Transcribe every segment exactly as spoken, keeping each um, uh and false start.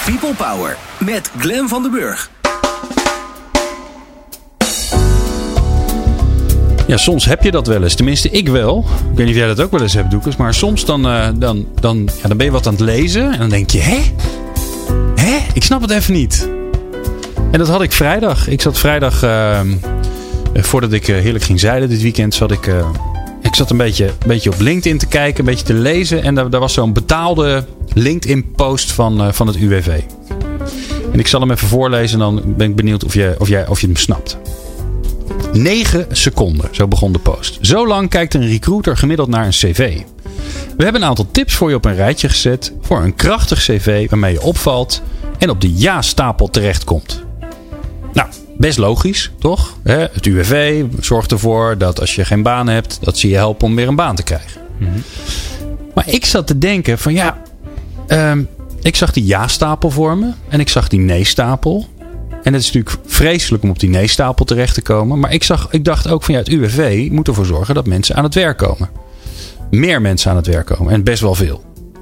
People Power met Glenn van den Burg. Ja, soms heb je dat wel eens. Tenminste, ik wel. Ik weet niet of jij dat ook wel eens hebt, Doekes. Maar soms dan, uh, dan, dan, ja, dan ben je wat aan het lezen. En dan denk je, hè? Hè? Ik snap het even niet. En dat had ik vrijdag. Ik zat vrijdag, uh, voordat ik uh, heerlijk ging zeilen dit weekend, zat ik... Uh, ik zat een beetje, een beetje op LinkedIn te kijken, een beetje te lezen. En daar, daar was zo'n betaalde LinkedIn-post van, uh, van het U W V. En ik zal hem even voorlezen en dan ben ik benieuwd of je, of jij, of je hem snapt. negen seconden, zo begon de post. Zo lang kijkt een recruiter gemiddeld naar een cv. We hebben een aantal tips voor je op een rijtje gezet voor een krachtig cv waarmee je opvalt en op de ja-stapel terechtkomt. Nou, best logisch, toch? Het U W V zorgt ervoor dat als je geen baan hebt, dat ze je helpen om weer een baan te krijgen. Mm-hmm. Maar ik zat te denken van ja, um, ik zag die ja-stapel voor me en ik zag die nee-stapel. En het is natuurlijk vreselijk om op die nee-stapel terecht te komen. Maar ik, zag, ik dacht ook van ja, het U W V moet ervoor zorgen dat mensen aan het werk komen. Meer mensen aan het werk komen. En best wel veel.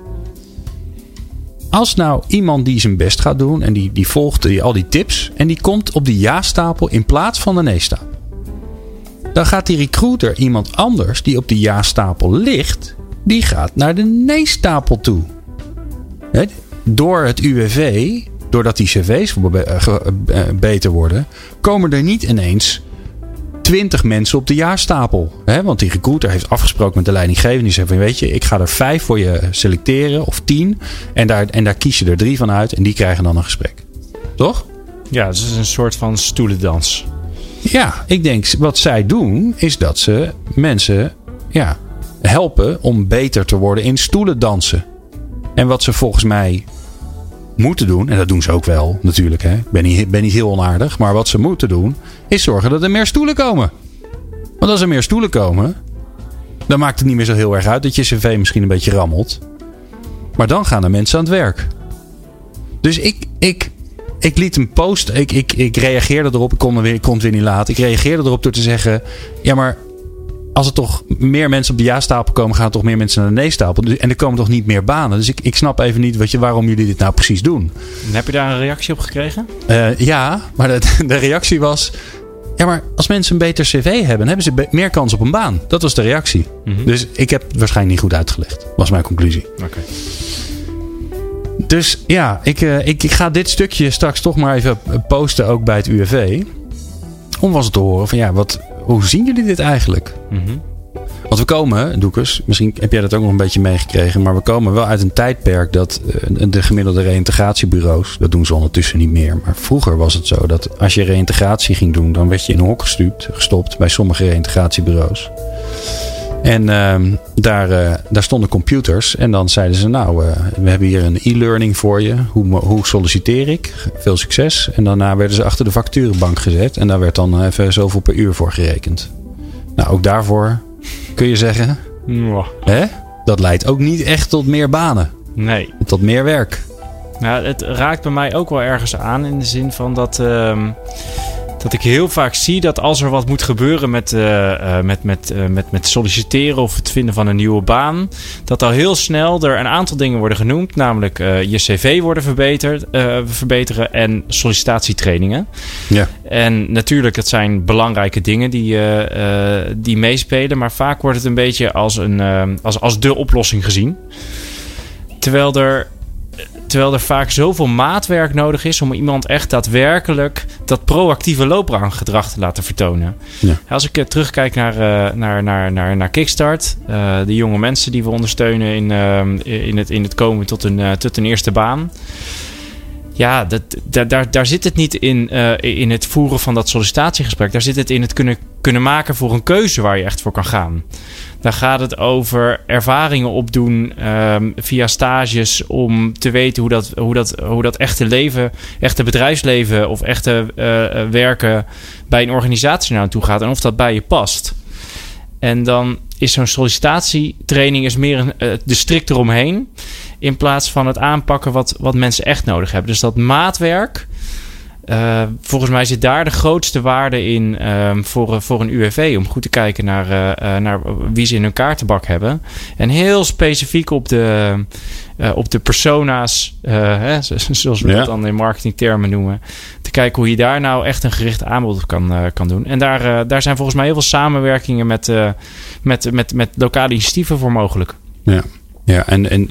Als nou iemand die zijn best gaat doen en die, die volgt die, al die tips. En die komt op de ja-stapel in plaats van de nee-stapel. Dan gaat die recruiter iemand anders die op de ja-stapel ligt. Die gaat naar de nee-stapel toe. He? Door het U W V... Doordat die cv's beter worden, komen er niet ineens twintig mensen op de jaarstapel. He, want die recruiter heeft afgesproken met de leidinggevende. Die zegt van weet je, ik ga er vijf voor je selecteren of tien. En daar, en daar kies je er drie van uit en die krijgen dan een gesprek. Toch? Ja, het is een soort van stoelendans. Ja, ik denk wat zij doen is dat ze mensen ja, helpen om beter te worden in stoelendansen. En wat ze volgens mij moeten doen, en dat doen ze ook wel natuurlijk, hè. Ik ben niet, ben niet heel onaardig, maar wat ze moeten doen is zorgen dat er meer stoelen komen. Want als er meer stoelen komen, dan maakt het niet meer zo heel erg uit dat je cv misschien een beetje rammelt. Maar dan gaan er mensen aan het werk. Dus ik, ik, ik liet een post, ik, ik, ik reageerde erop, ik kon, weer, ik kon het weer niet laten. Ik reageerde erop door te zeggen, ja maar als er toch meer mensen op de ja-stapel komen, gaan er toch meer mensen naar de nee-stapel. En er komen toch niet meer banen. Dus ik, ik snap even niet wat je, waarom jullie dit nou precies doen. En heb je daar een reactie op gekregen? Uh, ja, maar de, de reactie was... Ja, maar als mensen een beter cv hebben, hebben ze be- meer kans op een baan. Dat was de reactie. Mm-hmm. Dus ik heb het waarschijnlijk niet goed uitgelegd. Was mijn conclusie. Oké. Okay. Dus ja, ik, uh, ik, ik ga dit stukje straks toch maar even posten, ook bij het U W V. Om was het te horen van ja, wat... Hoe zien jullie dit eigenlijk? Mm-hmm. Want we komen, Doekes, misschien heb jij dat ook nog een beetje meegekregen, maar we komen wel uit een tijdperk dat uh, de gemiddelde reïntegratiebureaus, dat doen ze ondertussen niet meer. Maar vroeger was het zo dat als je reïntegratie ging doen, dan werd je in een hok gestuurd, gestopt bij sommige reïntegratiebureaus. En uh, daar, uh, daar stonden computers en dan zeiden ze nou, uh, we hebben hier een e-learning voor je. Hoe, hoe solliciteer ik? Veel succes. En daarna werden ze achter de vacaturebank gezet en daar werd dan even zoveel per uur voor gerekend. Nou, ook daarvoor kun je zeggen, wow. hè? Dat leidt ook niet echt tot meer banen. Nee. Tot meer werk. Nou, het raakt bij mij ook wel ergens aan in de zin van dat... Uh... Dat ik heel vaak zie dat als er wat moet gebeuren met, uh, uh, met, met, uh, met, met solliciteren of het vinden van een nieuwe baan, dat al heel snel er een aantal dingen worden genoemd. Namelijk uh, je cv worden verbeterd, uh, verbeteren en sollicitatietrainingen. Ja. En natuurlijk, dat zijn belangrijke dingen die, uh, uh, die meespelen. Maar vaak wordt het een beetje als, een, uh, als, als de oplossing gezien. Terwijl er... Terwijl er vaak zoveel maatwerk nodig is om iemand echt daadwerkelijk dat proactieve loopbaangedrag te laten vertonen. Ja. Als ik uh, terugkijk naar, uh, naar, naar, naar, naar Kickstart, uh, de jonge mensen die we ondersteunen in, uh, in, het, in het komen tot een, uh, tot een eerste baan. Ja, dat, daar, daar, daar zit het niet in, uh, in het voeren van dat sollicitatiegesprek. Daar zit het in het kunnen, kunnen maken voor een keuze waar je echt voor kan gaan. Daar gaat het over ervaringen opdoen um, via stages om te weten hoe dat, hoe dat, hoe dat echte leven, echte bedrijfsleven of echte uh, werken bij een organisatie naartoe gaat en of dat bij je past. En dan is zo'n sollicitatietraining is meer een, uh, de strik eromheen in plaats van het aanpakken wat, wat mensen echt nodig hebben. Dus dat maatwerk Uh, volgens mij zit daar de grootste waarde in um, voor, voor een U W V. Om goed te kijken naar, uh, naar wie ze in hun kaartenbak hebben. En heel specifiek op de, uh, op de persona's, uh, hè, zoals we ja. dat dan in marketingtermen noemen. Te kijken hoe je daar nou echt een gericht aanbod kan, uh, kan doen. En daar, uh, daar zijn volgens mij heel veel samenwerkingen met, uh, met, met, met lokale initiatieven voor mogelijk. Ja, ja en, en,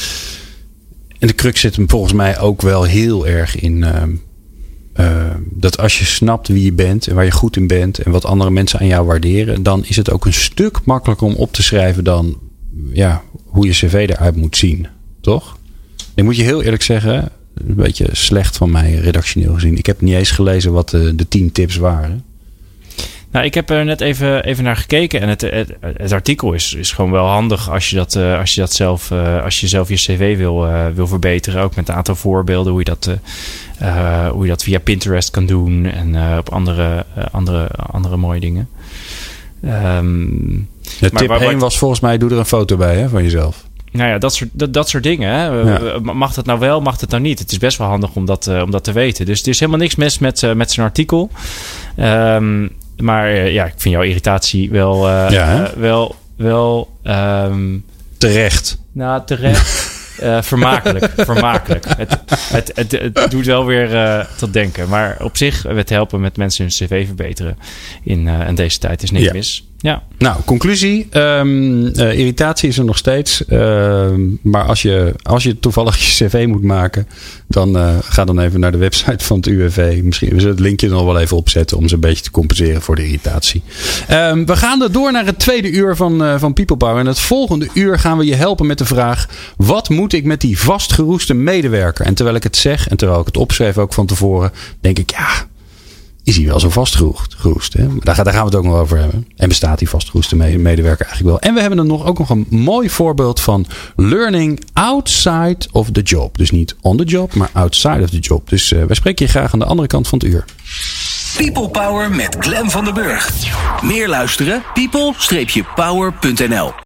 en de crux zit hem volgens mij ook wel heel erg in... Uh, Uh, dat als je snapt wie je bent en waar je goed in bent en wat andere mensen aan jou waarderen, dan is het ook een stuk makkelijker om op te schrijven dan ja, hoe je cv eruit moet zien. Toch? Ik moet je heel eerlijk zeggen, een beetje slecht van mij redactioneel gezien. Ik heb niet eens gelezen wat de, de tien tips waren. Nou, ik heb er net even, even naar gekeken en het, het, het artikel is, is gewoon wel handig als je dat, uh, als je dat zelf, uh, als je zelf je cv wil, uh, wil verbeteren. Ook met een aantal voorbeelden hoe je dat, uh, uh, hoe je dat via Pinterest kan doen en uh, op andere, uh, andere, andere mooie dingen. Um, de tip één was volgens mij, doe er een foto bij hè, van jezelf. Nou ja, dat soort, dat, dat soort dingen. Hè. Ja. Mag dat nou wel, mag het nou niet? Het is best wel handig om dat, uh, om dat te weten. Dus er is helemaal niks mis met, uh, met zijn artikel. Um, Maar uh, ja, ik vind jouw irritatie wel... Uh, ja, uh, wel, wel um, terecht. Nou, terecht. Uh, vermakelijk. vermakelijk. Het, het, het, het doet wel weer uh, tot denken. Maar op zich, het helpen met mensen hun cv verbeteren in, uh, in deze tijd is niks ja. mis. Ja. Nou, conclusie. Um, uh, irritatie is er nog steeds. Uh, maar als je, als je toevallig je cv moet maken, dan uh, ga dan even naar de website van het U W V. Misschien we zullen het linkje er nog wel even opzetten om ze een beetje te compenseren voor de irritatie. Um, we gaan er door naar het tweede uur van, uh, van People Power. En het volgende uur gaan we je helpen met de vraag: wat moet ik met die vastgeroeste medewerker? En terwijl ik het zeg en terwijl ik het opschrijf ook van tevoren, denk ik ja. Is hij wel zo vastgeroest? Hè? Daar, daar gaan we het ook nog over hebben. En bestaat die vastgeroeste medewerker eigenlijk wel? En we hebben er nog ook nog een mooi voorbeeld van learning outside of the job. Dus niet on the job, maar outside of the job. Dus uh, wij spreken je graag aan de andere kant van het uur. People Power met Glenn van den Burg. Meer luisteren? people dash power punt n l